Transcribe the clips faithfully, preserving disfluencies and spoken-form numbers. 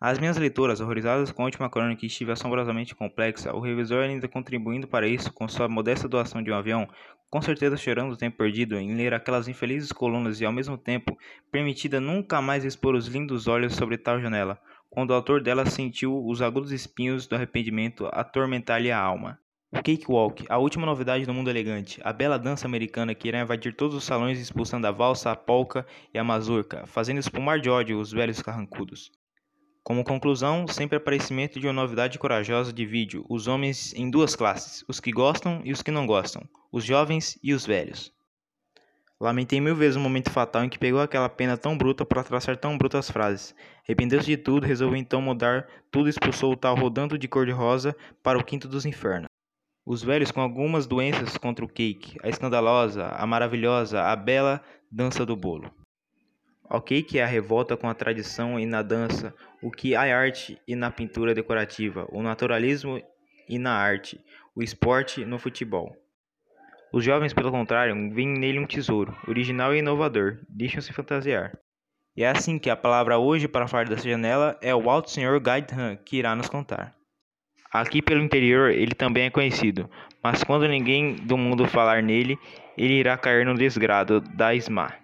As minhas leitoras, horrorizadas com a última crônica que estive assombrosamente complexa, o revisor ainda contribuindo para isso com sua modesta doação de um avião, com certeza chorando o tempo perdido em ler aquelas infelizes colunas e ao mesmo tempo permitida nunca mais expor os lindos olhos sobre tal janela, quando o autor delas sentiu os agudos espinhos do arrependimento atormentar-lhe a alma. O cakewalk, a última novidade do mundo elegante, a bela dança americana que irá invadir todos os salões expulsando a valsa, a polca e a mazurca, fazendo espumar de ódio os velhos carrancudos. Como conclusão, sempre aparecimento de uma novidade corajosa de vídeo, os homens em duas classes, os que gostam e os que não gostam, os jovens e os velhos. Lamentei mil vezes o momento fatal em que pegou aquela pena tão bruta para traçar tão brutas frases. Arrependeu-se de tudo, resolveu então mudar tudo e expulsou o tal rodando de cor-de-rosa para o quinto dos infernos. Os velhos com algumas doenças contra o cake, a escandalosa, a maravilhosa, a bela dança do bolo. Ao cake é a revolta com a tradição e na dança, o que há arte e na pintura decorativa, o naturalismo e na arte, o esporte no futebol. Os jovens, pelo contrário, veem nele um tesouro, original e inovador, deixam-se fantasiar. E é assim que a palavra hoje para falar dessa janela é o alto senhor Guide Han, que irá nos contar. Aqui pelo interior ele também é conhecido, mas quando ninguém do mundo falar nele, ele irá cair no desgrado da esma.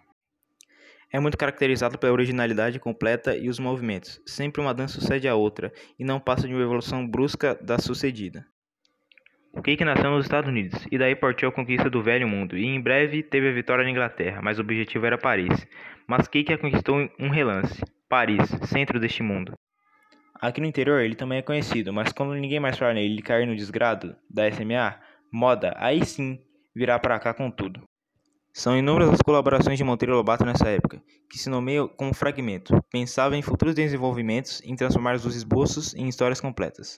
É muito caracterizado pela originalidade completa e os movimentos. Sempre uma dança sucede a outra, e não passa de uma evolução brusca da sucedida. O cake nasceu nos Estados Unidos, e daí partiu à conquista do velho mundo, e em breve teve a vitória na Inglaterra, mas o objetivo era Paris. Mas cake a conquistou em um relance. Paris, centro deste mundo. Aqui no interior ele também é conhecido, mas quando ninguém mais fala nele e cair no desgrado da S M A, moda, aí sim virá para cá com tudo. São inúmeras as colaborações de Monteiro Lobato nessa época, que se nomeia como fragmento. Pensava em futuros desenvolvimentos, em transformar os esboços em histórias completas.